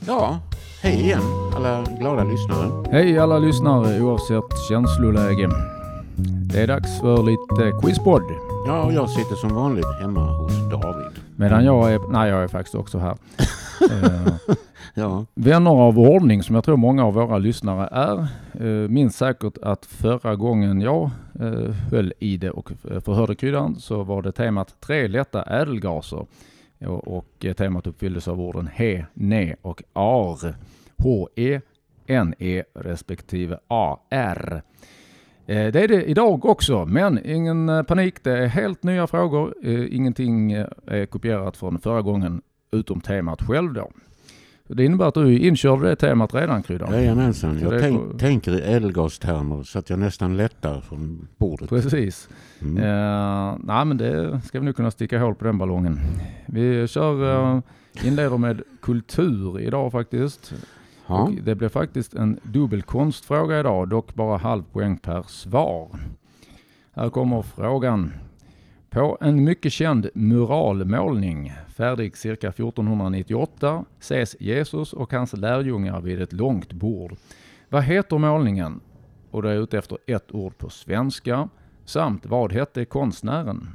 Ja, hej igen alla glada lyssnare. Hej alla lyssnare oavsett känsloläge. Det är dags för lite quizpodd. Ja, och jag sitter som vanligt hemma hos David. Medan jag är faktiskt också här. Ja. Vänner av ordning som jag tror många av våra lyssnare är. Minns säkert att förra gången jag höll i det och förhörde kryddan så var det temat 3 lätta ädelgaser. Och temat uppfylldes av orden he, ne och ar. H-E, N-E respektive A-R. Det är det idag också, men ingen panik. Det är helt nya frågor. Ingenting är kopierat från förra gången utom temat själv då. Det innebär att du inkörde det temat redan, kryddan. Jajamensan. Jag tänker i ädelgastermer så att jag nästan lättar från bordet. Precis. Nej, men det ska vi nu kunna sticka hål på den ballongen. Vi inleder med kultur idag faktiskt. Ja. Och det blir faktiskt en dubbel konstfråga idag, dock bara halv poäng per svar. Här kommer frågan. På en mycket känd muralmålning, färdig cirka 1498, ses Jesus och hans lärjungar vid ett långt bord. Vad heter målningen? Och det är ute efter ett ord på svenska. Samt vad hette konstnären?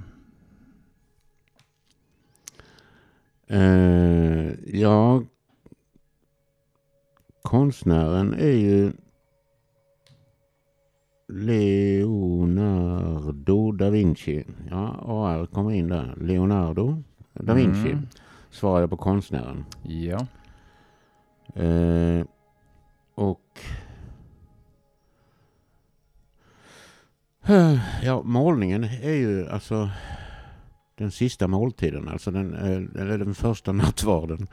Konstnären är ju Leonardo da Vinci. Ja, AR kommer in där. Leonardo da Vinci. Svarar jag på konstnären. Ja. Målningen är ju alltså den sista måltiden, alltså den första nattvarden.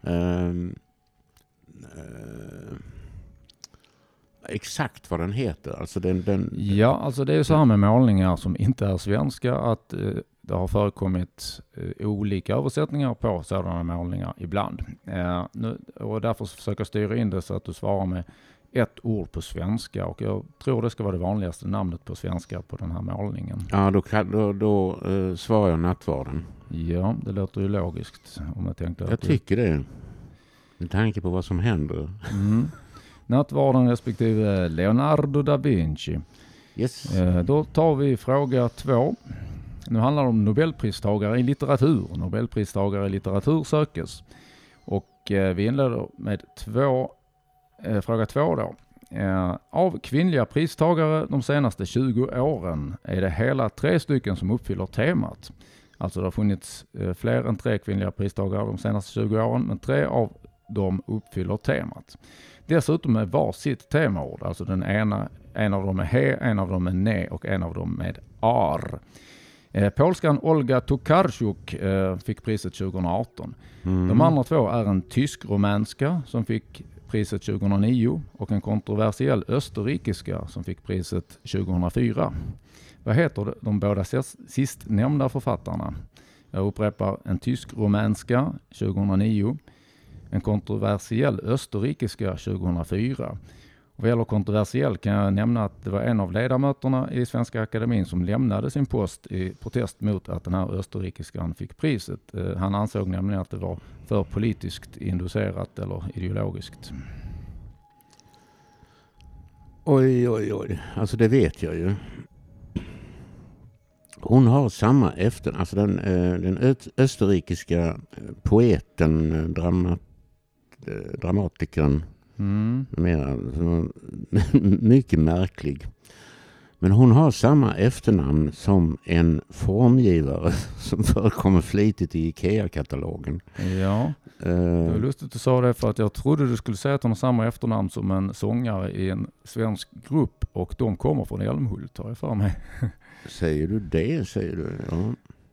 Exakt vad den heter. Alltså Ja, alltså det är ju så här med målningar som inte är svenska att det har förekommit olika översättningar på sådana målningar ibland. Och därför försöker jag styra in det så att du svarar med ett ord på svenska, och jag tror det ska vara det vanligaste namnet på svenska på den här målningen. Ja, då svarar jag nattvarden. Ja, det låter ju logiskt om jag tänkte att jag tycker det. Med tanke på vad som händer. Nattvarden respektive Leonardo da Vinci. Yes. Då tar vi fråga 2. Nu handlar det om Nobelpristagare i litteratur. Nobelpristagare i litteratur sökes. Och vi inleder med fråga 2 då. Av kvinnliga pristagare de senaste 20 åren är det hela 3 stycken som uppfyller temat. Alltså det har funnits fler än 3 kvinnliga pristagare de senaste 20 åren, men 3 av dem uppfyller temat. Dessutom är var sitt temaord. Alltså en av dem är he, en av dem är ne och en av dem med ar. Polskan Olga Tokarczuk fick priset 2018. De andra 2 är en tysk-rumänska som fick priset 2009 och en kontroversiell österrikiska som fick priset 2004. Vad heter de båda sist nämnda författarna? Jag upprepar, en tysk-rumänska 2009, en kontroversiell österrikiska 2004. Och vad gäller kontroversiell kan jag nämna att det var en av ledamöterna i Svenska Akademin som lämnade sin post i protest mot att den här österrikiskan fick priset. Han ansåg nämligen att det var för politiskt inducerat eller ideologiskt. Oj. Alltså det vet jag ju. Hon har samma alltså den österrikiska poeten, dramatikern, mycket märklig. Men hon har samma efternamn som en formgivare som förekommer flitigt i IKEA-katalogen. Ja, det var lustigt att du sa det, för att jag trodde du skulle säga att hon har samma efternamn som en sångare i en svensk grupp, och de kommer från Älmhult, har jag för mig. Säger du det? Säger du? Ja.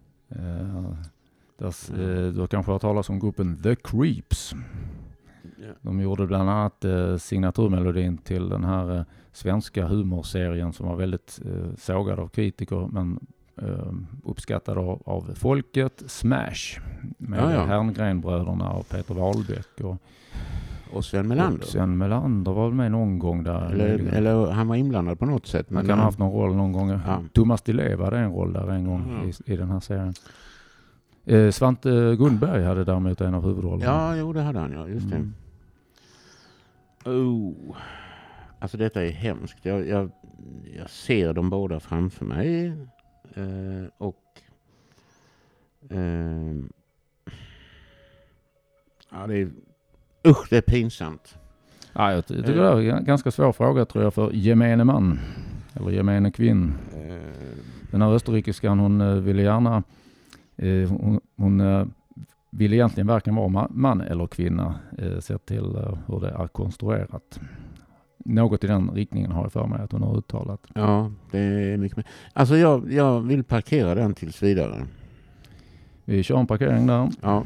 Du har kanske hört talas om gruppen The Creeps. De gjorde bland annat signaturmelodin till den här svenska humorserien som var väldigt sågad av kritiker men uppskattad av folket, Smash, med Herngrenbröderna och Peter Wahlbeck och Sven Melander. Och Sven Melander var med någon gång där. Eller han var inblandad på något sätt. Han kan ha haft någon roll någon gång. Ja. Thomas Di Leva hade en roll där en gång i den här serien. Svante Gunberg hade däremot en av huvudrollerna. Ja, jo, det hade han, ja, just det. Alltså detta är hemskt. Jag ser dem båda framför mig. Det är pinsamt. Ja, jag tycker det är en ganska svår fråga tror jag för gemene man. Eller gemene kvinn. Den här österrikiskan hon ville gärna hon ville egentligen varken vara man eller kvinna sett till hur det är konstruerat. Något i den riktningen har jag för mig att hon har uttalat. Ja, det är mycket mer. Alltså jag vill parkera den tills vidare. Vi kör en parkering där. Ja.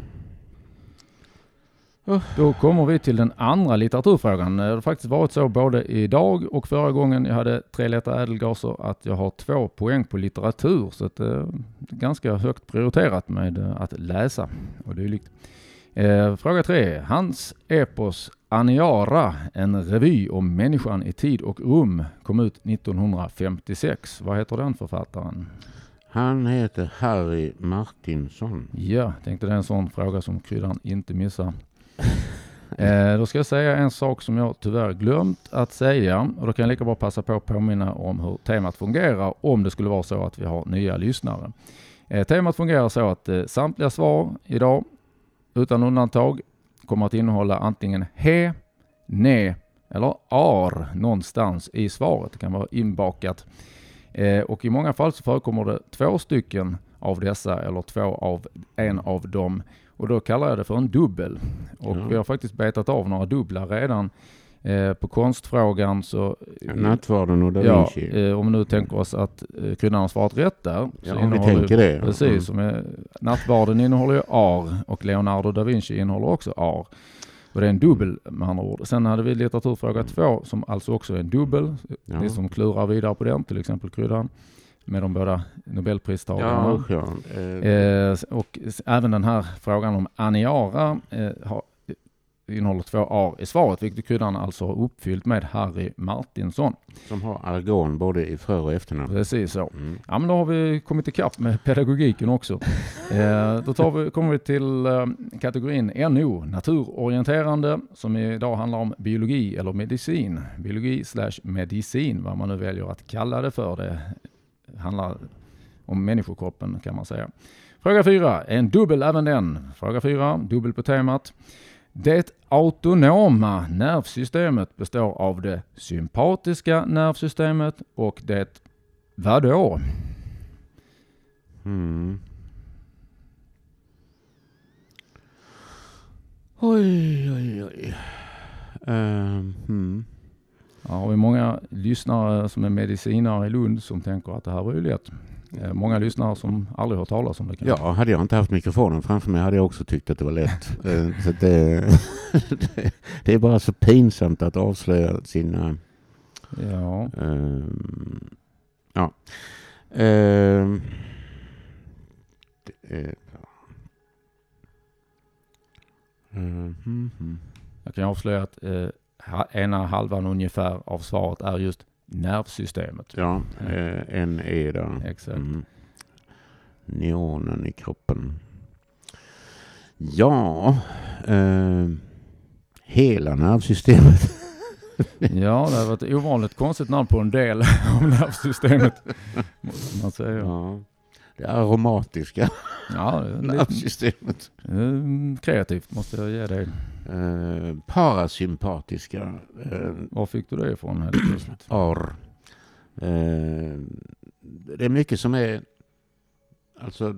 Då kommer vi till den andra litteraturfrågan. Det har faktiskt varit så både idag och förra gången jag hade 3 lätta ädelgaser att jag har 2 poäng på litteratur. Så det är ganska högt prioriterat med att läsa och dylikt. Fråga 3. Hans epos Aniara, en revy om människan i tid och rum, kom ut 1956. Vad heter den författaren? Han heter Harry Martinson. Ja, tänkte det är en sån fråga som kryddan inte missar. Då ska jag säga en sak som jag tyvärr glömt att säga. Och då kan jag lika bra passa på att påminna om hur temat fungerar om det skulle vara så att vi har nya lyssnare. Temat fungerar så att samtliga svar idag utan undantag kommer att innehålla antingen he, ne eller ar någonstans i svaret. Det kan vara inbakat. Och i många fall så förekommer det 2 stycken av dessa eller 2 av en av dem. Och då kallar jag det för en dubbel. Och vi har faktiskt betat av några dubblar redan. På konstfrågan så... Nattvarden och Da Vinci. Ja, om vi nu tänker oss att kryddan har svarat rätt där. Ja, om vi tänker det. Precis, nattvarden innehåller ju ar och Leonardo da Vinci innehåller också ar. Och det är en dubbel med andra ord. Sen hade vi litteraturfråga 2 som alltså också är en dubbel. Ja. Ni som klurar vidare på den, till exempel kryddan. Med de båda Nobelpristagarna. Och även den här frågan om Aniara innehåller 2 ar i svaret, vilket kryddan alltså har uppfyllt med Harry Martinson. Som har argon både i för- och efternamn. Precis så. Ja, men då har vi kommit ikapp med pedagogiken också. Då kommer vi till kategorin NO, naturorienterande, som idag handlar om biologi eller medicin. Biologi/medicin, vad man nu väljer att kalla det för. Det handlar om människokroppen kan man säga. Fråga 4, en dubbel även den. Fråga 4, dubbel på temat. Det autonoma nervsystemet består av det sympatiska nervsystemet och det vadå? Oj. Ja, har vi många lyssnare som är medicinare i Lund som tänker att det här var ju lätt. Många lyssnare som aldrig hört talas om det. Ja, hade jag inte haft mikrofonen framför mig hade jag också tyckt att det var lätt. Så det är bara så pinsamt att avslöja sina... Jag kan avslöja att ena halvan ungefär av svaret är just nervsystemet. Ja, en är där. Exakt. Neonen i kroppen. Ja, hela nervsystemet. Ja, det har varit ett ovanligt konstigt namn på en del av nervsystemet. Måste man säga. Ja, det aromatiska nervsystemet. Kreativt måste jag ge dig. Parasympatiska. Var fick du det ifrån helt plötsligt? Det är mycket som är alltså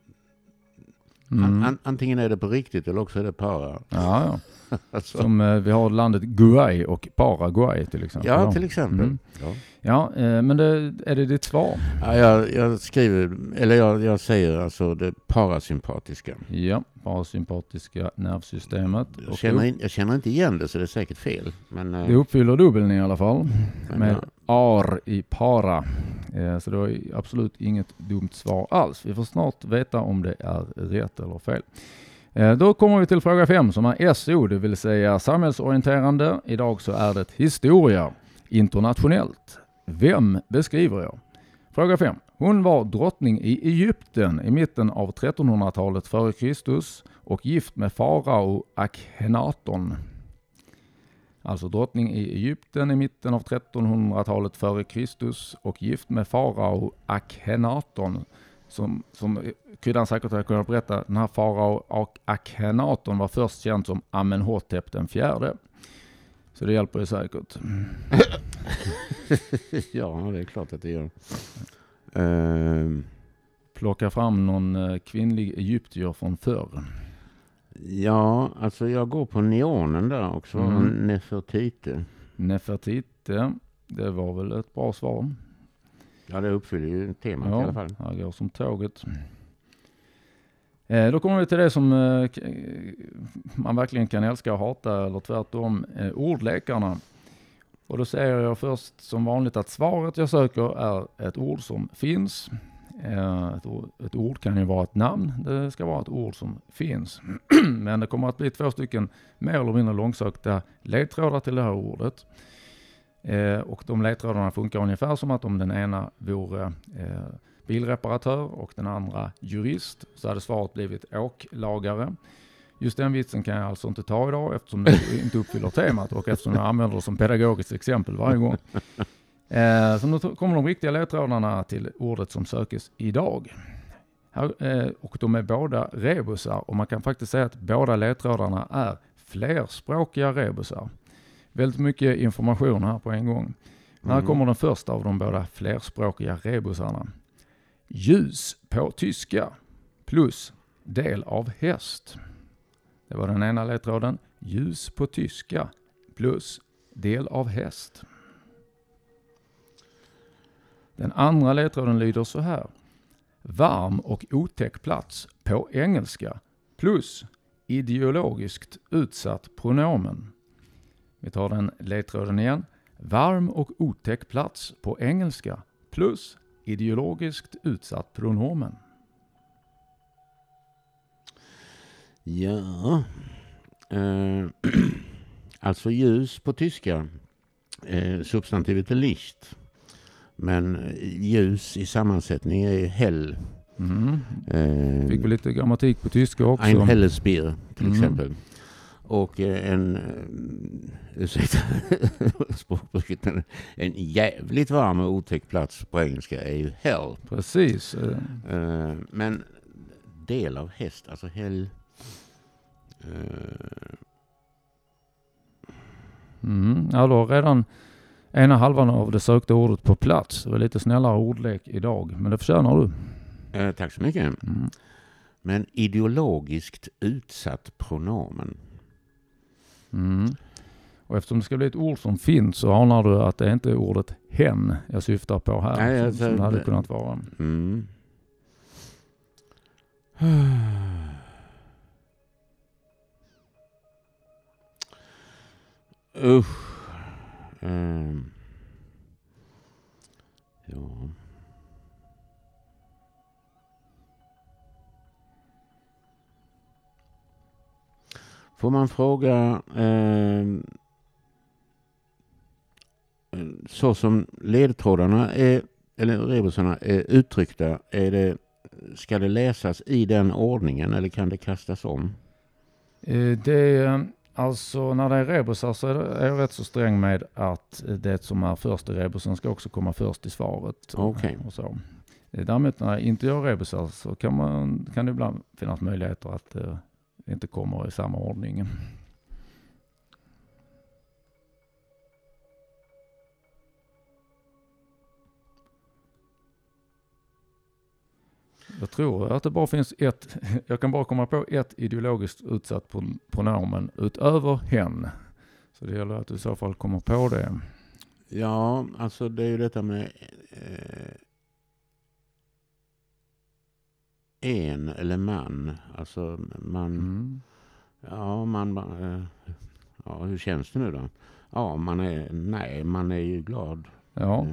antingen är det på riktigt eller också är det para. Ja. Alltså. Som vi har landet Guay och Paraguay till exempel. Ja, till exempel. Ja, men är det ditt svar? Ja, jag säger alltså det parasympatiska. Ja, parasympatiska nervsystemet. Jag känner inte igen det så det är säkert fel. Men, det uppfyller dubbeln i alla fall. Med ar i para. Så det var absolut inget dumt svar alls. Vi får snart veta om det är rätt eller fel. Då kommer vi till fråga 5 som är SO, det vill säga samhällsorienterande. Idag så är det historia. Internationellt. Vem beskriver jag? Fråga 5. Hon var drottning i Egypten i mitten av 1300-talet före Kristus och gift med farao Akhenaton. alltså drottning i Egypten i mitten av 1300-talet före Kristus och gift med farao Akhenaton. Som Kryddan säkert har kunnat berätta, den här farao Akhenaton var först känd som Amenhotep den fjärde. Så det hjälper ju säkert. Ja, det är klart att det gör. Plocka fram någon kvinnlig egyptier från förr. Ja, alltså jag går på neonen där också. Nefertiti. Nefertiti, det var väl ett bra svar. Ja, det uppfyller ju temat i alla fall. Ja, det går som tåget. Då kommer vi till det som man verkligen kan älska och hata, eller tvärtom, ordlekarna. Och då säger jag först som vanligt att svaret jag söker är ett ord som finns. Ett ord kan ju vara ett namn, det ska vara ett ord som finns. Men det kommer att bli 2 stycken mer eller mindre långsökta ledtrådar till det här ordet. Och de ledtrådarna funkar ungefär som att om den ena vore bilreparatör och den andra jurist, så hade svaret blivit åklagare. Just den vitsen kan jag alltså inte ta idag eftersom det inte uppfyller temat och eftersom jag använder det som pedagogiskt exempel varje gång. Så nu kommer de riktiga ledtrådarna till ordet som sökes idag. Och de är båda rebusar och man kan faktiskt säga att båda ledtrådarna är flerspråkiga rebusar. Väldigt mycket information här på en gång. Här kommer den första av de båda flerspråkiga rebusarna. Ljus på tyska plus del av häst. Det var den ena ledtråden. Ljus på tyska plus del av häst. Den andra ledtråden lyder så här. Varm och otäck plats på engelska plus ideologiskt utsatt pronomen. Vi tar den ledtråden igen. Varm och otäck plats på engelska plus ideologiskt utsatt pronomen. Ja, alltså ljus på tyska. Substantivet är Licht. Men ljus i sammansättning är hell. Fick vi lite grammatik på tyska också. Ein helles Bier till exempel. Och språkbruket, en jävligt varm och otäck plats på engelska är ju hell. Precis. Men del av häst, alltså hell. Ja, då redan ena halvan av det sökta ordet på plats. Det var lite snällare ordlek idag, men det förtjänar du. Tack så mycket. Men ideologiskt utsatt pronomen. Och eftersom det ska bli ett ord som finns så anar du att det inte är ordet hen jag syftar på här. Nej, som det hade kunnat vara. Ja. Får man fråga så som ledtrådarna är, eller rebusarna är uttryckta, ska det läsas i den ordningen eller kan det kastas om? Alltså när det är rebusar så är jag rätt så sträng med att det som är först i rebusen ska också komma först i svaret. Okay. Och så. Däremot när jag inte gör rebusar så kan det ibland finnas möjligheter att det inte kommer i samma ordning. Jag tror att det bara finns jag kan bara komma på ett ideologiskt utsatt pronomen utöver hen. Så det gäller att du i så fall kommer på det. Ja, alltså det är ju detta med en eller man. Alltså man, hur känns det nu då? Ja, man är ju glad. Ja.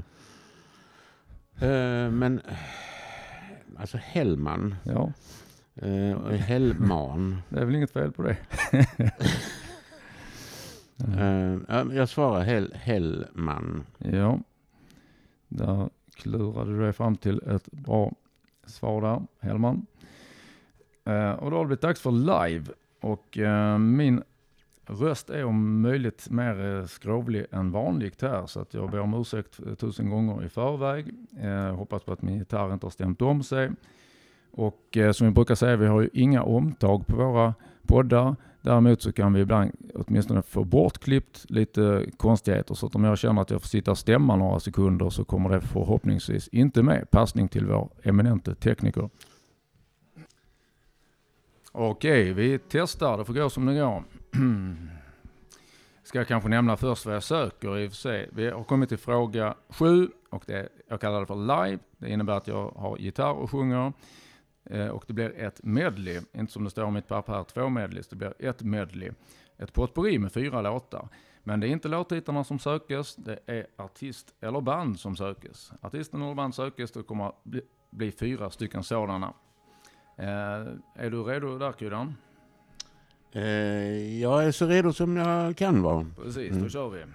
Men alltså Hellman. Ja. Hellman. Det är väl inget fel på det. Jag svarar Hellman. Ja. Där klurade du dig fram till ett bra svar där, Hellman. Och då har det blivit dags för live. Och min röst är om möjligt mer skrovlig än vanligt här, så att jag ber om ursäkt 1000 gånger i förväg. Hoppas på att min gitarr inte har stämt om sig. Och som vi brukar säga, vi har ju inga omtag på våra poddar. Däremot så kan vi ibland åtminstone få bortklippt lite konstigheter. Så att om jag känner att jag får sitta och stämma några sekunder så kommer det förhoppningsvis inte med. Passning till vår eminente tekniker. Okej, vi testar. Det får gå som det går. Ska jag kanske nämna först vad jag söker i och för sig. Vi har kommit till fråga 7 och jag kallar det för live. Det innebär att jag har gitarr och sjunger. Och det blir ett medley, inte som det står i mitt papper här, 2 medleys, det blir ett medley. Ett potpourri med 4 låtar. Men det är inte låttitlarna som sökes, det är artist eller band som sökes. Artisten eller band sökes, det kommer bli 4 stycken sådana. Är du redo där, Kryddan? Jag är så redo som jag kan vara. Precis, då kör vi.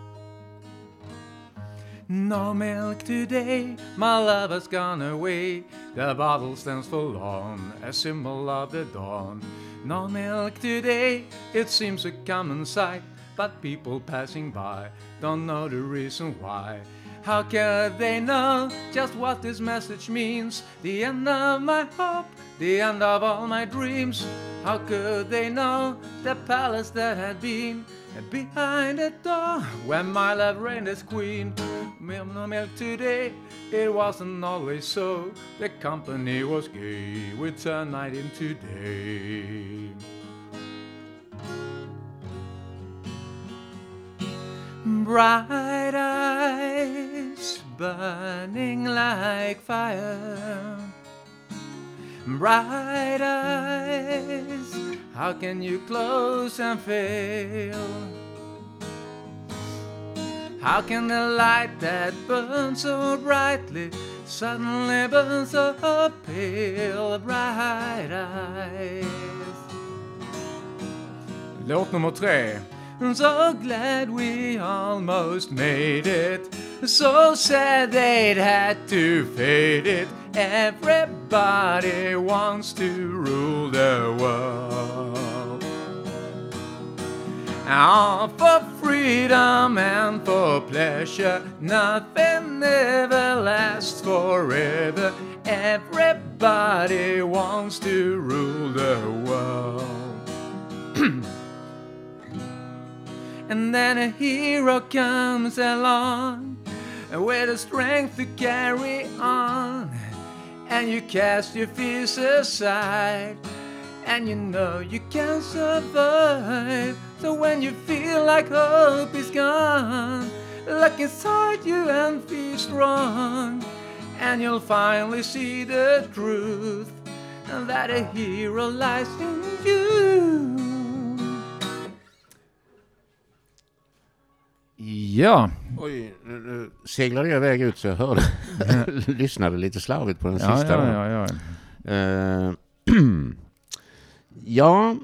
No milk today, my lover's gone away. The bottle stands full on, a symbol of the dawn. No milk today, it seems a common sight, but people passing by don't know the reason why. How could they know just what this message means? The end of my hope, the end of all my dreams. How could they know the palace that had been behind the door when my love reigned as queen? No milk today, it wasn't always so. The company was gay, we turned night into day. Bright eyes burning like fire. Bright eyes, how can you close and fail? How can the light that burns so brightly suddenly burn so pale? Bright eyes. Låt nummer 3. So glad we almost made it. So sad they'd had to fade it. Everybody wants to rule the world. All for freedom and for pleasure. Nothing ever lasts forever. Everybody wants to rule the world. And then a hero comes along with the strength to carry on. And you cast your fears aside, and you know you can survive. So when you feel like hope is gone, look inside you and feel strong, and you'll finally see the truth, and that a hero lies in you. Ja. Oj, nu seglade jag iväg ut så jag hörde. Lyssnade lite slarvigt på den sista. Ja.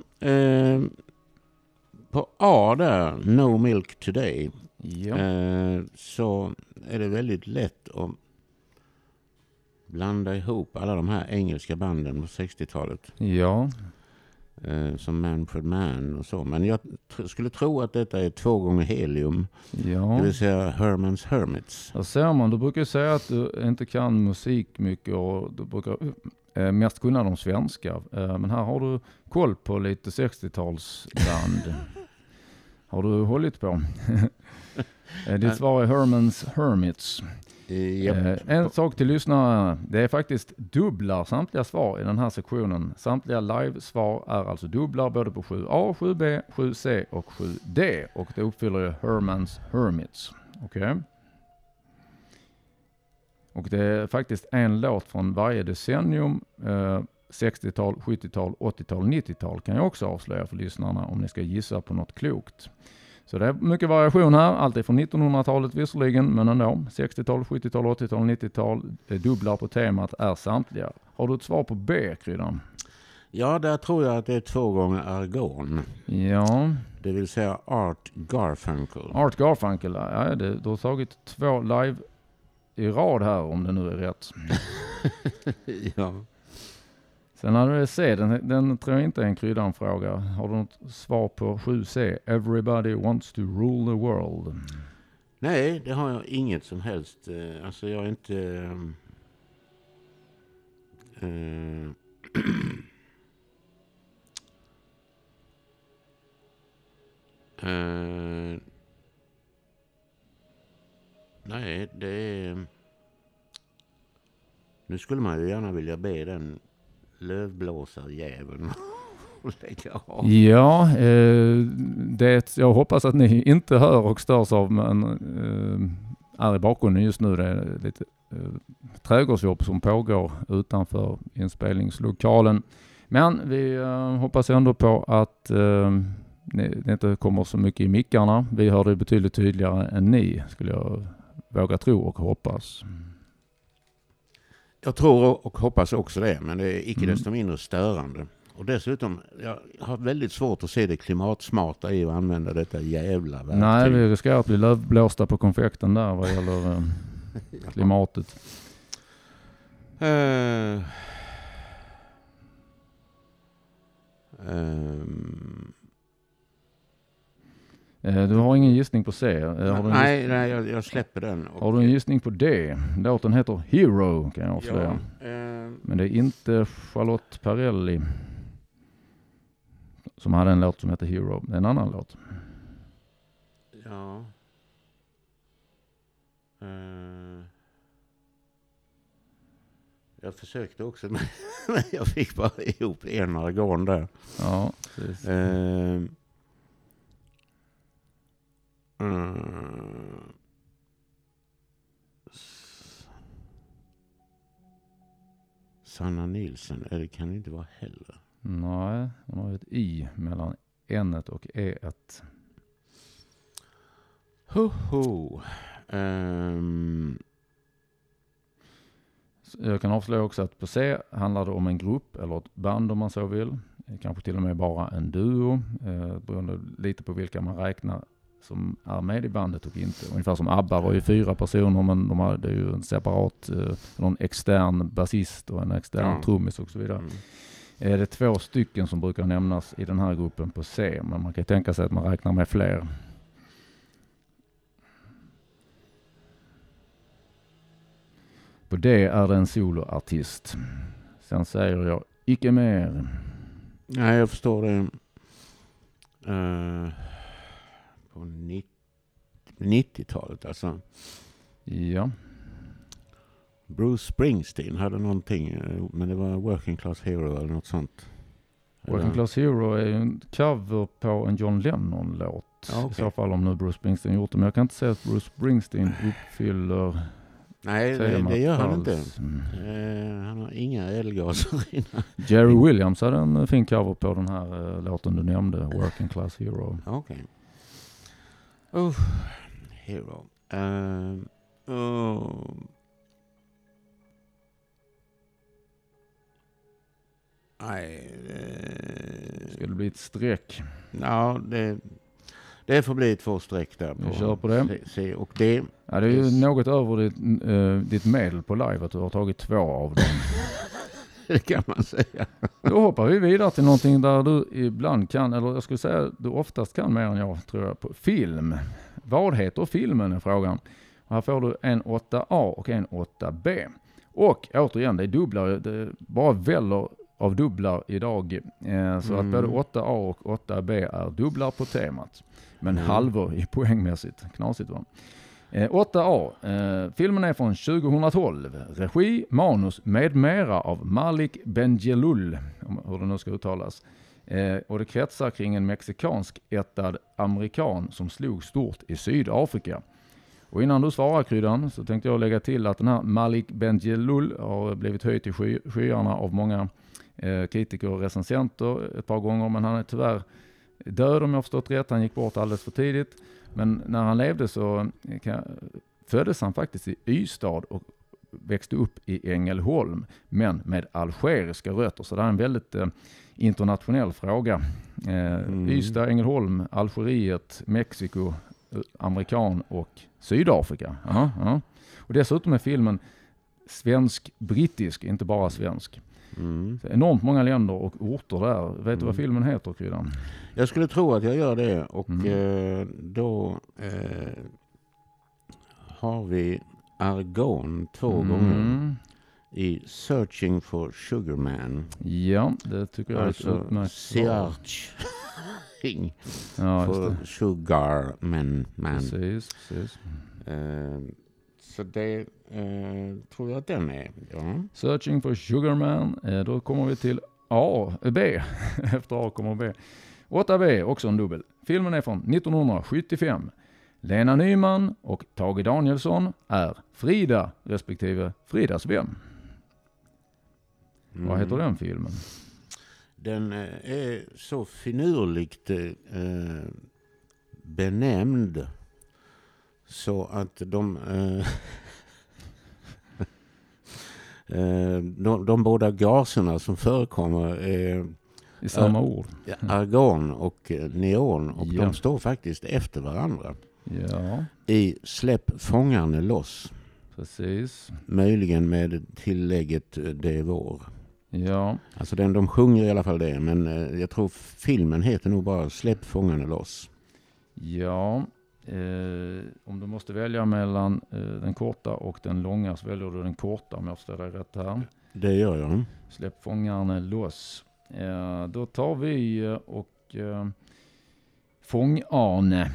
På A där, No Milk Today. Ja. Så är det väldigt lätt att blanda ihop alla de här engelska banden på 60-talet. Ja. Som Manfred Mann och så. Men jag skulle tro att detta är 2 gånger helium. Ja. Det vill säga Herman's Hermits. Där ser man, du brukar säga att du inte kan musik mycket och du brukar mest kunna de svenska. Men här har du koll på lite 60-talsband. Har du hållit på? Ditt svar är Herman's Hermits. Yep. En sak till lyssnarna, det är faktiskt dubblar samtliga svar i den här sektionen. Samtliga live-svar är alltså dubblar både på 7A, 7B, 7C och 7D. Och det uppfyller ju Herman's Hermits. Okej. Och det är faktiskt en låt från varje decennium. 60-tal, 70-tal, 80-tal, 90-tal kan jag också avslöja för lyssnarna om ni ska gissa på något klokt. Så det är mycket variation här, alltid från 1900-talet visserligen, men ändå. 60-tal, 70-tal, 80-tal, 90-tal, dubblar på temat är samtliga. Har du ett svar på B, Kryddan? Ja, där tror jag att det är 2 gånger argon. Ja. Det vill säga Art Garfunkel. Art Garfunkel, ja, du har tagit 2 live i rad här om det nu är rätt. Ja. Sen har du C, den tror jag inte är en kryddanfråga. Har du något svar på 7C? Everybody wants to rule the world. Nej, det har jag inget som helst. Alltså jag är inte... nej, det är... Nu skulle man ju gärna vilja be den lövblåsarjäveln lägga av. Ja, jag hoppas att ni inte hör och störs av, men är i bakgrunden just nu. Det är lite trädgårdsjobb som pågår utanför inspelningslokalen. Men vi hoppas ändå på att det inte kommer så mycket i mickarna. Vi hör det betydligt tydligare än ni, skulle jag våga tro och hoppas. Jag tror och hoppas också det, men det är icke desto mindre störande. Och dessutom, jag har väldigt svårt att se det klimatsmarta i att använda detta jävla verktyg. Nej, vi riskerar att bli lövblåsta på konfekten där vad gäller klimatet. Du har ingen gissning på C? Nej, jag släpper den. Har du en gissning på D? Låten heter Hero, kan jag avslöja. Men det är inte Charlotte Perrelli som hade en låt som heter Hero. Det är en annan låt. Ja. Jag försökte också, men jag fick bara ihop ena gången där. Ja, precis. Sanna Nilsson, det kan det inte vara heller. Nej, hon har ett I mellan N-et och E-et. Jag kan avslöja också att på C handlar det om en grupp eller ett band om man så vill. Kanske till och med bara en duo. Beroende lite på vilka man räknar som är med i bandet och inte. Ungefär som ABBA var ju 4 personer, men de hade ju en separat, någon extern basist och en extern trummis och så vidare. Det är 2 stycken som brukar nämnas i den här gruppen på C, men man kan tänka sig att man räknar med fler. På D är det en soloartist. Sen säger jag icke mer. Nej, jag förstår det. På 90-talet alltså. Ja. Bruce Springsteen hade någonting, men det var Working Class Hero eller något sånt. Working Class Hero är en cover på en John Lennon-låt. Ja, okay. I så fall om nu Bruce Springsteen gjort det. Men jag kan inte säga att Bruce Springsteen uppfyller... Nej, det gör han inte. Han har inga eldgaser innan. Jerry Williams hade en fin cover på den här låten du nämnde, Working Class Hero. Okej. Hero. Nej. Ska det bli ett streck? Ja, det får bli 2 streck där. Vi kör på det. C och D. Ja, det är ju något över ditt medel på live att du har tagit 2 av dem. Det kan man säga. Då hoppar vi vidare till någonting där du ibland kan, eller jag skulle säga du oftast kan mer än jag tror jag, på film. Vad heter filmen är frågan. Och här får du en 8A och en 8B. Och återigen, det är dubblar, det är bara väller av dubblar idag. Så att både 8A och 8B är dubblar på temat. Men halvor i poängmässigt. Knasigt va? 8A. Filmen är från 2012. Regi, manus med mera av Malik Benjelloul. Hur det nu ska uttalas. Och det kretsar kring en mexikansk ättad amerikan som slog stort i Sydafrika. Och innan du svarar kryddan så tänkte jag lägga till att den här Malik Benjelloul har blivit höjd till skyarna av många kritiker och recensenter ett par gånger. Men han är tyvärr död om jag har förstått rätt. Han gick bort alldeles för tidigt. Men när han levde så föddes han faktiskt i Ystad och växte upp i Ängelholm. Men med algeriska rötter. Så det är en väldigt internationell fråga. Ystad, Ängelholm, Algeriet, Mexiko, amerikan och Sydafrika. Och dessutom är filmen svensk-brittisk, inte bara svensk. Mm. Enormt många länder och orter där. Vet du vad filmen heter, Kryddan? Jag skulle tro att jag gör det. Och då har vi argon 2 gånger i Searching for Sugar Man. Ja, det tycker jag är ett utmärkt svar. Searching Ja, for Sugar Man. Precis. Så det tror jag att den är. Ja. Searching for Sugar Man. Då kommer vi till B. Efter A kommer B. 8B, också en dubbel. Filmen är från 1975. Lena Nyman och Tage Danielsson är Frida respektive Fridas vän. Vad heter den filmen? Den är så finurligt benämnd så att de båda gaserna som förekommer I samma ord. argon och neon, och de står faktiskt efter varandra. Ja. I Släpp fångarne loss. Precis. Möjligen med tillägget Det är vår. Ja. Alltså de sjunger i alla fall det, men jag tror filmen heter nog bara Släpp fångarne loss. Ja. Om du måste välja mellan den korta och den långa så väljer du den korta, om jag förstår dig rätt här. Det gör jag. Släpp fångarne loss. Då tar vi och Fång-Arne.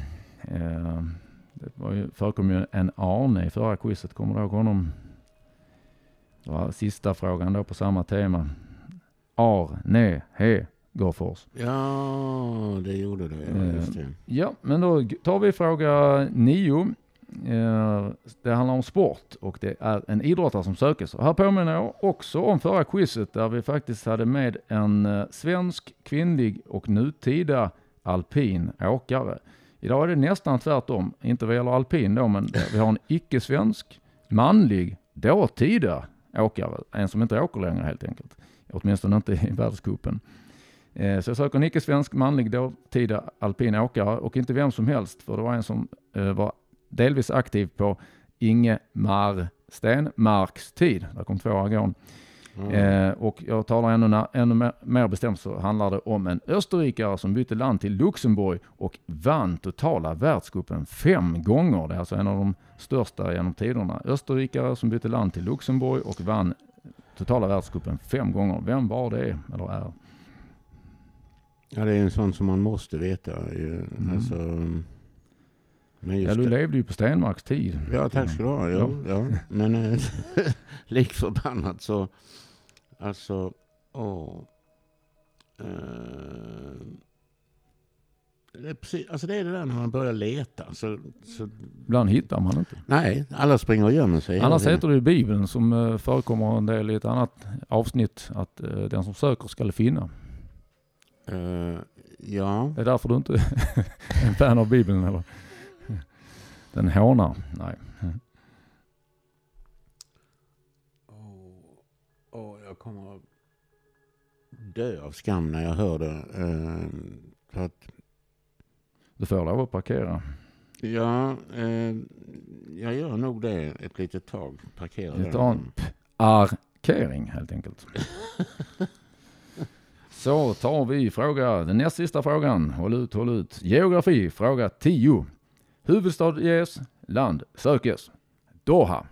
Det förekom ju en Arne i förra quizet. Kommer du ihåg honom? Det var sista frågan då på samma tema. Arne Hegerfors. Ja, det gjorde det. Just det. Ja, men då tar vi fråga 9. Det handlar om sport och det är en idrottare som sökes. Och här påminner jag också om förra quizet där vi faktiskt hade med en svensk, kvinnlig och nutida alpin åkare. Idag är det nästan tvärtom. Inte vad gäller alpin då, men vi har en icke-svensk, manlig, dåtida åkare. En som inte åker längre helt enkelt. Åtminstone inte i världscupen. Så jag söker en icke-svensk, manlig, dåtida alpin åkare och inte vem som helst. För det var en som var delvis aktiv på Ingemar Stenmarks tid. Där kom 2 argon. Och jag talar ännu mer bestämt så handlar det om en österrikare som bytte land till Luxemburg och vann totala världscupen 5 gånger. Det är alltså en av de största genom tiderna. Österrikare som bytte land till Luxemburg och vann totala världscupen 5 gånger. Vem var det eller är? Ja, det är en sån som man måste veta. Alltså, men just du levde ju på Stenmarks tid. Ja, tack ska du ha. Ja. Men lik förbannat så alltså det är precis, alltså det är det där när man börjar leta så ibland hittar man inte. Nej, alla springer och gömmer sig. Annars heter det i Bibeln som förekommer en del i ett annat avsnitt att den som söker ska finna. Ja. Det är därför du inte är en fan av Bibeln eller? Den hånar. Nej. Jag kommer att dö av skam när jag hör det. För att du får lov att parkera. Ja, jag gör nog det ett litet tag. Parkera. Vi tar en parkering helt enkelt. Så tar vi den näst sista frågan. Håll ut. Geografi, fråga 10. Huvudstad ges, land sökes. Doha.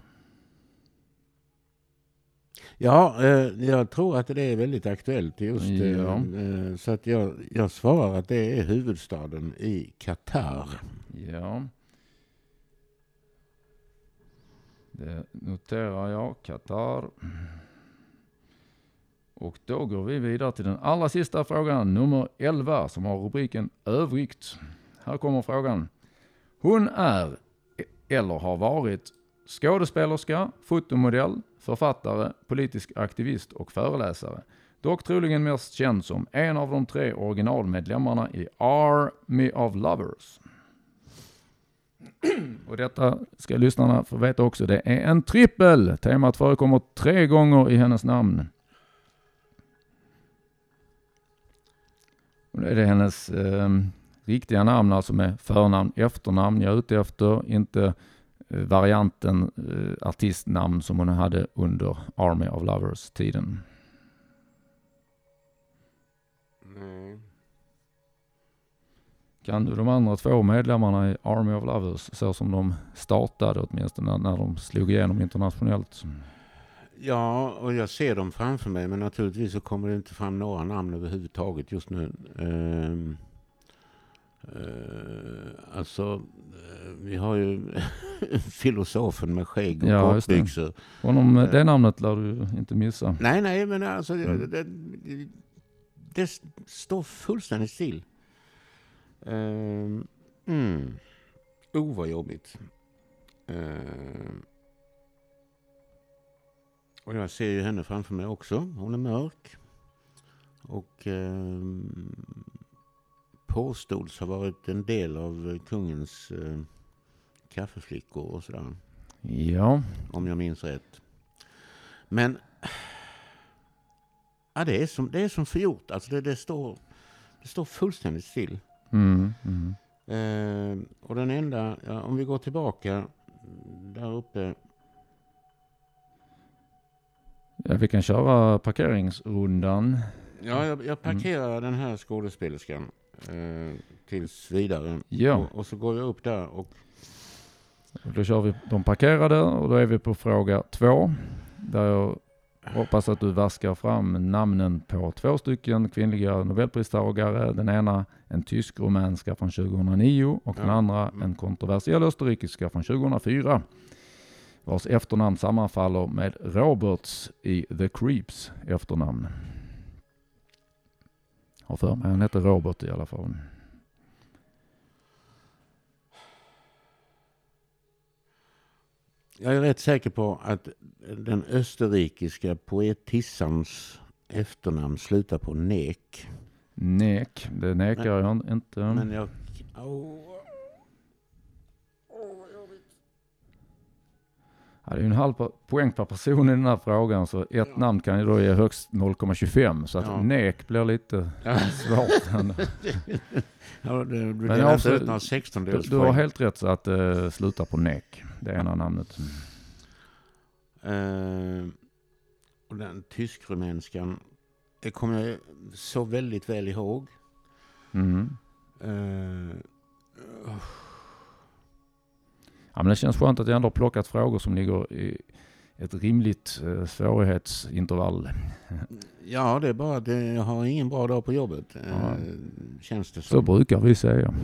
Ja, jag tror att det är väldigt aktuellt just så att jag svarar att det är huvudstaden i Qatar. Ja. Det noterar jag, Qatar. Och då går vi vidare till den allra sista frågan, nummer 11, som har rubriken Övrigt. Här kommer frågan. Hon är eller har varit skådespelerska, fotomodell, författare, politisk aktivist och föreläsare. Dock troligen mest känd som en av de 3 originalmedlemmarna i Army of Lovers. Och detta ska lyssnarna få veta också. Det är en trippel. Temat förekommer 3 gånger i hennes namn. Och det är hennes riktiga namn, alltså med förnamn, efternamn jag är ute efter, inte varianten artistnamn som hon hade under Army of Lovers-tiden. Nej. Kan du de andra 2 medlemmarna i Army of Lovers så som de startade åtminstone när de slog igenom internationellt? Ja, och jag ser dem framför mig, men naturligtvis så kommer det inte fram några namn överhuvudtaget just nu. Vi har ju filosofen med skägg och kortbyxor. Det namnet lär du inte missa. Nej, men alltså det står fullständigt still. Vad jobbigt. Och jag ser ju henne framför mig också. Hon är mörk. Och påstods ha varit en del av kungens kaffeflickor och sådär. Ja. Om jag minns rätt. Men det är som förgjort. Alltså det står fullständigt still. Och den enda, om vi går tillbaka där uppe. Ja, vi kan köra parkeringsrundan. Ja, jag parkerar den här skådespelerskan tills vidare. Ja. Och så går jag upp där och då kör vi de parkerade och då är vi på fråga 2. Där jag hoppas att du vaskar fram namnen på 2 stycken kvinnliga nobelpristagare. Den ena en tysk romänska från 2009 och den andra en kontroversiell österrikiska från 2004. Vars efternamn sammanfaller med Roberts i The Creeps efternamn. Har för mig, han heter Robert i alla fall. Jag är rätt säker på att den österrikiska poetissans efternamn slutar på Nek. Nek, det nekar jag inte. Men jag... Ja, det är ju en halv poäng per person i den här frågan, så ett namn kan ju då ge högst 0,25, så att Nek blir lite svårt. Du har helt rätt så att sluta på Nek, det är ena namnet. Och den tysk-rumänskan kommer jag så väldigt väl ihåg. Ja, men det känns skönt att jag ändå har plockat frågor som ligger i ett rimligt svårighetsintervall. Ja, det är bara att jag har ingen bra dag på jobbet. Känns det som. Så brukar vi säga.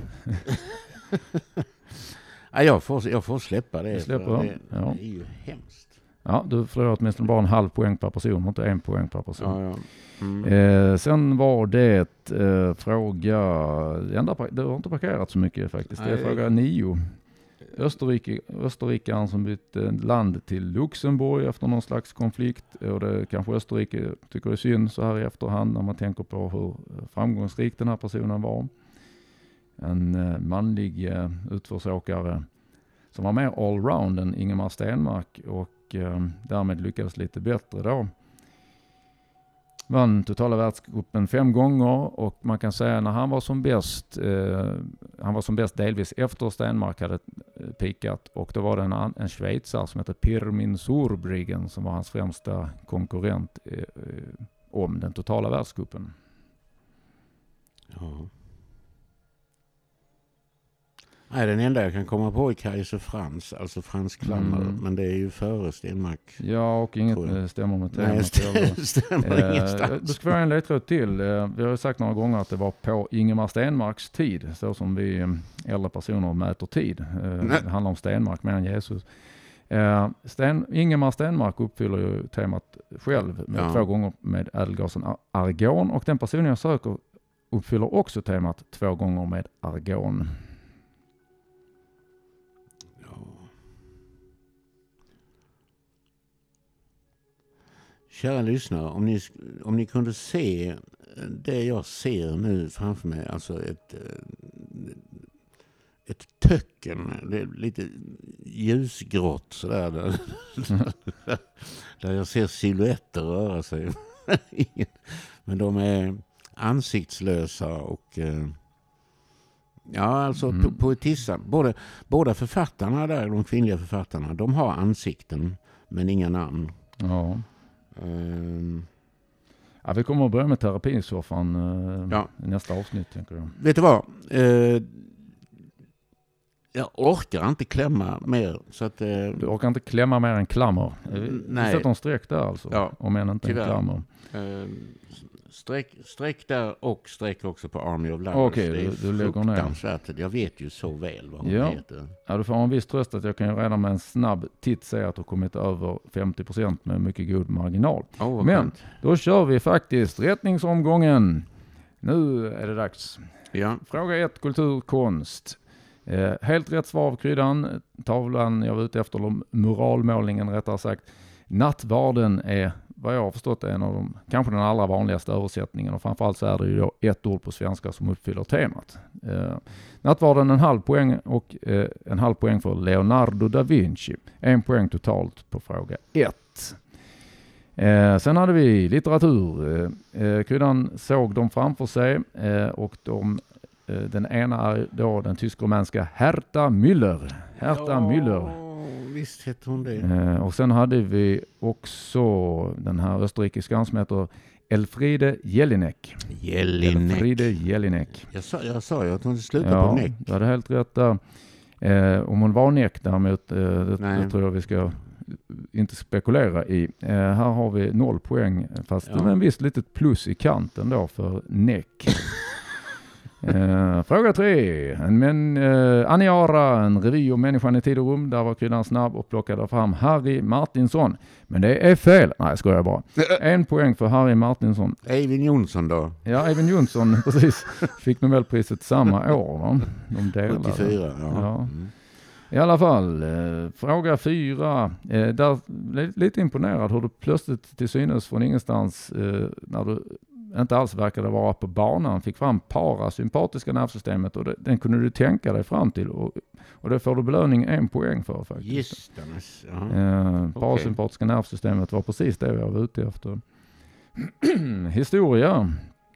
Ja, jag får släppa det. Det är ju hemskt. Ja, du förlorar åtminstone bara en halv poäng per person, inte 1 poäng per person. Ja. Sen var det fråga... Du har inte parkerat så mycket faktiskt. Det är fråga 9. Österrikaren som bytte land till Luxemburg efter någon slags konflikt. Och det kanske Österrike tycker är synd så här i efterhand när man tänker på hur framgångsrik den här personen var. En manlig utförsåkare som var mer allround än Ingemar Stenmark och därmed lyckades lite bättre då. Vann totala världscupen 5 gånger och man kan säga när han var som bäst delvis efter Stenmark hade pikat, och då var det en schweizare som heter Pirmin Zurbriggen som var hans främsta konkurrent om den totala världscupen. Ja. Nej, den enda jag kan komma på är Kaiser Franz, alltså Frans Klammer, men det är ju före Stenmark. Ja, och inget stämmer med temat. Nej, stämmer ingenstans. Du ska få en ledtråd till. Vi har ju sagt några gånger att det var på Ingemar Stenmarks tid, så som vi äldre personer mäter tid. Det handlar om Stenmark mer än Jesus. Ingemar Stenmark uppfyller ju temat själv med 2 gånger med ädelgasen argon, och den personen jag söker uppfyller också temat 2 gånger med argon. Kära lyssnare, om ni kunde se det jag ser nu framför mig, alltså ett töcken, det är lite ljusgrått sådär, där jag ser silhuetter röra sig. Men de är ansiktslösa och poetissa. Båda författarna där, de kvinnliga författarna, de har ansikten men inga namn. Ja. Ja, vi kommer att börja med terapisoffan nästa avsnitt, tänker jag. Vet du vad? Jag orkar inte klämma mer. Så att, du orkar inte klämma mer än klammer? Nej. Vi sätter en streck där alltså, ja, om än inte tyvärr. En klammer. Streck där och streck också på Army of Lovers. Okej, du lägger ner. Jag vet ju så väl vad hon heter. Ja, du får en viss tröst att jag kan ju redan med en snabb titt säga att du kommit över 50% med mycket god marginal. Men då kör vi faktiskt rättningsomgången. Nu är det dags. Ja. Fråga 1, kulturkonst. Helt rätt svar av Kryddan. Tavlan jag var ute efter, muralmålningen rättare sagt. Nattvarden är, vad jag har förstått, en av de, kanske den allra vanligaste översättningen, och framförallt så är det ju då ett ord på svenska som uppfyller temat. Nattvarden 0,5 poäng och 0,5 poäng för Leonardo da Vinci. 1 poäng totalt på fråga 1. Sen hade vi litteratur. Kryddan såg dem framför sig och den ena är då den tysk-romanska Herta Müller. Müller. Visst heter hon det. Och sen hade vi också den här österrikiska som heter Elfriede Jelinek. Elfriede Jelinek. Jag sa ju att hon slutade på Neck. Du hade helt rätt där. Om hon var Neck däremot, det tror jag vi ska inte spekulera i. Här har vi 0 poäng, fast med en viss litet plus i kanten då för Neck. Fråga 3. Aniara, en revy om människan i tid och rum. Där var Kryddan snabb och plockade fram Harry Martinsson. Men det är fel. Nej, skojar jag bara. 1 poäng för Harry Martinsson. Eivind Johnson då? Ja, Eivind Johnson precis. Fick Nobelpriset samma år. Va? De delade. 74, ja. Mm. I alla fall, fråga 4. Där lite imponerad hur du plötsligt till synes från ingenstans när du inte alls verkade vara på banan fick fram parasympatiska nervsystemet, och den kunde du tänka dig fram till, och det får du belöning 1 poäng för faktiskt. Just parasympatiska nervsystemet var precis det jag var ute efter. Historia.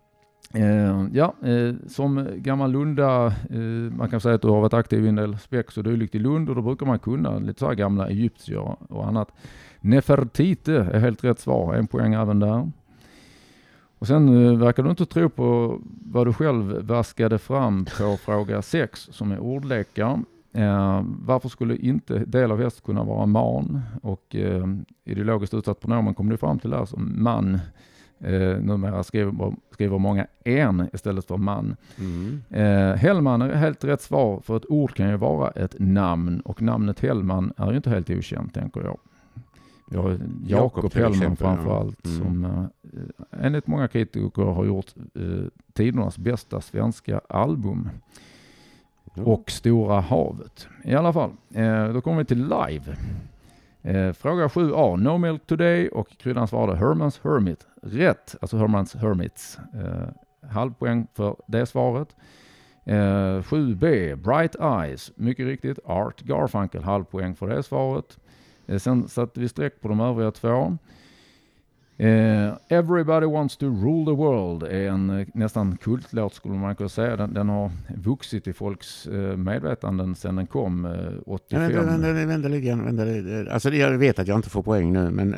Som gammal Lunda, man kan säga att du har varit aktiv i en del spex och dylikt i Lund, och då brukar man kunna lite så här gamla egyptier och annat. Nefertiti är helt rätt svar, 1 poäng även där. Och sen verkar du inte tro på vad du själv vaskade fram på fråga 6 som är ordlekar. Varför skulle inte del av häst kunna vara man? Och ideologiskt utsatt pronomen kommer du fram till där som man. Numera skriver många en istället för man. Hellman är helt rätt svar, för ett ord kan ju vara ett namn, och namnet Hellman är ju inte helt okänt, tänker jag. Vi har Jakob Hellman framförallt som enligt många kritiker har gjort tidernas bästa svenska album. Och Stora havet. I alla fall, då kommer vi till live. Fråga 7a, No Milk Today, och Kryddan svarade Herman's Hermit. Rätt, alltså Herman's Hermits. Halv poäng för det svaret. 7b, Bright Eyes. Mycket riktigt, Art Garfunkel. Halv poäng för det svaret. Sen satt vi streck på de övriga 2. Everybody Wants to Rule the World är en nästan kultlåt, skulle man kunna säga. Den har vuxit i folks medvetanden sedan den kom 85. Vänta lite. Alltså jag vet att jag inte får poäng nu, men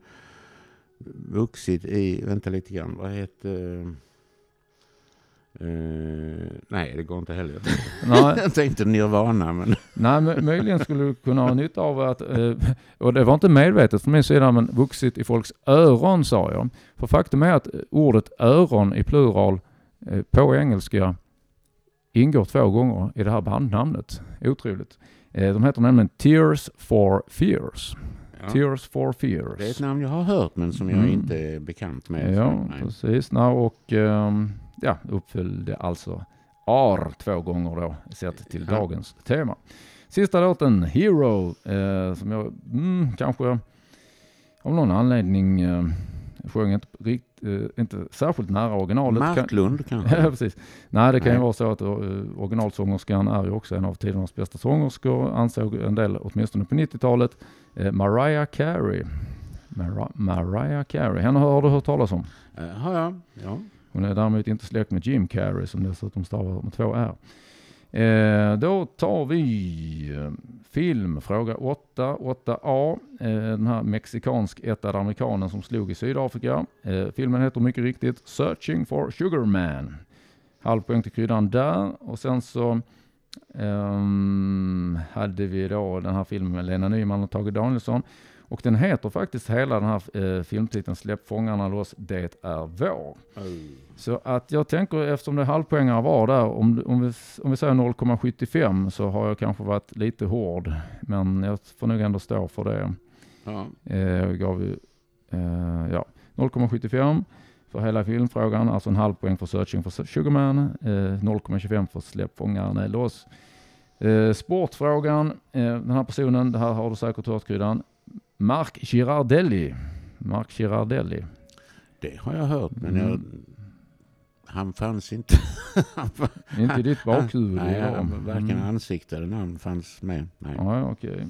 vuxit i, vänta lite grann, vad heter... nej, det går inte heller. Jag tänkte Nirvana, men... Nej, möjligen skulle du kunna ha nytta av att... och det var inte medvetet från min sida, men vuxit i folks öron, sa jag. För faktum är att ordet öron i plural på engelska ingår 2 gånger i det här bandnamnet. Otroligt. De heter nämligen Tears for Fears. Ja. Tears for Fears. Det är ett namn jag har hört, men som jag inte är bekant med. Ja, precis. Och... uppfyllde alltså AR 2 gånger då, sett till dagens tema. Sista låten, Hero, som jag kanske av någon anledning sjöng inte särskilt nära originalet. Marklund kanske? Ja, precis. Nej, det kan ju vara så att originalsångerskan är ju också en av tidernas bästa sångerskor, ansåg en del, åtminstone på 90-talet. Mariah Carey. Mariah Carey. Henne har du hört talas om? Ja. Hon är däremot inte släkt med Jim Carrey, som dessutom stavar med 2 R. Då tar vi Film, fråga 8A. Den här mexikansk-ättade amerikanen som slog i Sydafrika. Filmen heter mycket riktigt Searching for Sugar Man. Halv poäng till kryddan där. Och sen så hade vi då den här filmen med Lena Nyman och Tage Danielsson. Och den heter faktiskt hela den här filmtiteln Släpp fångarna loss, det är vår. Så att jag tänker, eftersom det halvpoängare var där, om vi säger 0,75 så har jag kanske varit lite hård. Men jag får nog ändå stå för det. Ja. Jag gav 0,75 för hela filmfrågan, alltså en halv poäng för Searching for Sugar Man, 0,25 för Släpp fångarna loss. Sportfrågan, den här personen, det här har du säkert hört kryddan, Marc Girardelli. Det har jag hört, men han fanns inte. Inte i ditt bakhuvud. Nej, varken ansikte eller namn fanns med. Nej. Ja, okej.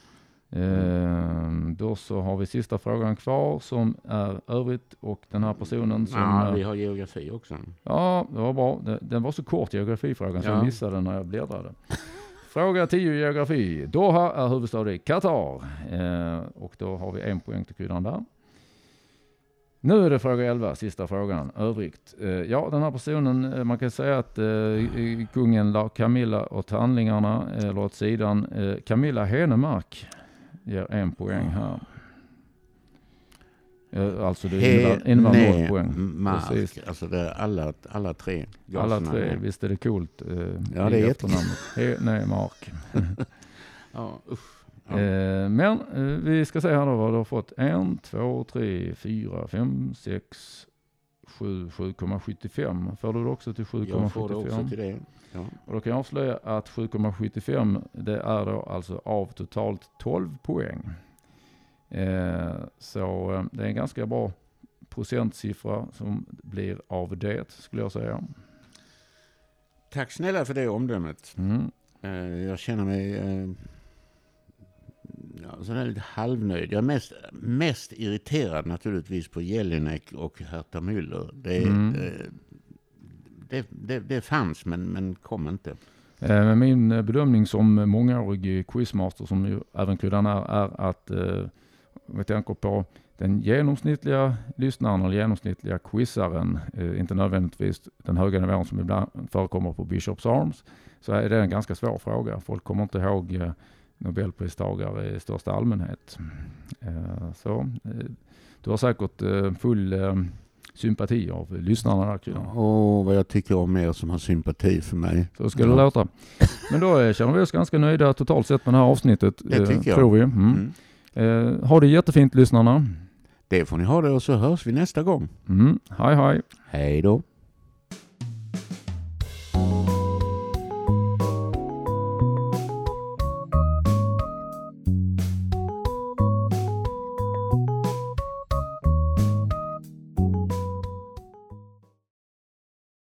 Då så har vi sista frågan kvar som är övrigt, och den här personen som... Ja, vi har geografi också. Ja, det var bra. Den var så kort, geografifrågan, så jag missade den när jag bläddrade. Fråga 10 geografi. Doha är huvudstad i Qatar. Och då har vi 1 poäng till kryddan där. Nu är det fråga 11, sista frågan. Övrigt. Den här personen, man kan säga att kungen la Camilla åt handlingarna, eller åt sidan. Camilla Henemark ger 1 poäng här. Alltså det innebär 0 poäng. Mark, alltså det är alla tre. Alla tre, visst är det coolt. Ja, det är jättekul. Mark. Ja, usch. Ja. Men vi ska se här då vad du har fått. 1, 2, 3, 4, 5, 6, 7, 7,75. Får du det också till 7,75? Jag får det också till det. Ja. Och då kan jag avslöja att 7,75 det är då alltså av totalt 12 poäng. Så det är en ganska bra procentsiffra som blir av det, skulle jag säga. Tack snälla för det omdömet. Jag känner mig sådär lite halvnöjd. Jag är mest irriterad naturligtvis på Jelinek och Herta Müller. Det fanns men kom inte. Min bedömning som mångårig quizmaster, som ju även kryddan är att vi tänker på den genomsnittliga lyssnaren eller genomsnittliga quizaren, inte nödvändigtvis den höga nivån som ibland förekommer på Bishops Arms, så är det en ganska svår fråga. Folk kommer inte ihåg Nobelpristagare i största allmänhet. Du har säkert full sympati av lyssnarna där. Vad jag tycker om er som har sympati för mig. Så ska det låta. Men då känner vi oss ganska nöjda totalt sett med det här avsnittet. Det tycker jag. Tror vi. Ha det jättefint, lyssnarna. Det får ni ha det, och så hörs vi nästa gång. Hej. Hej då.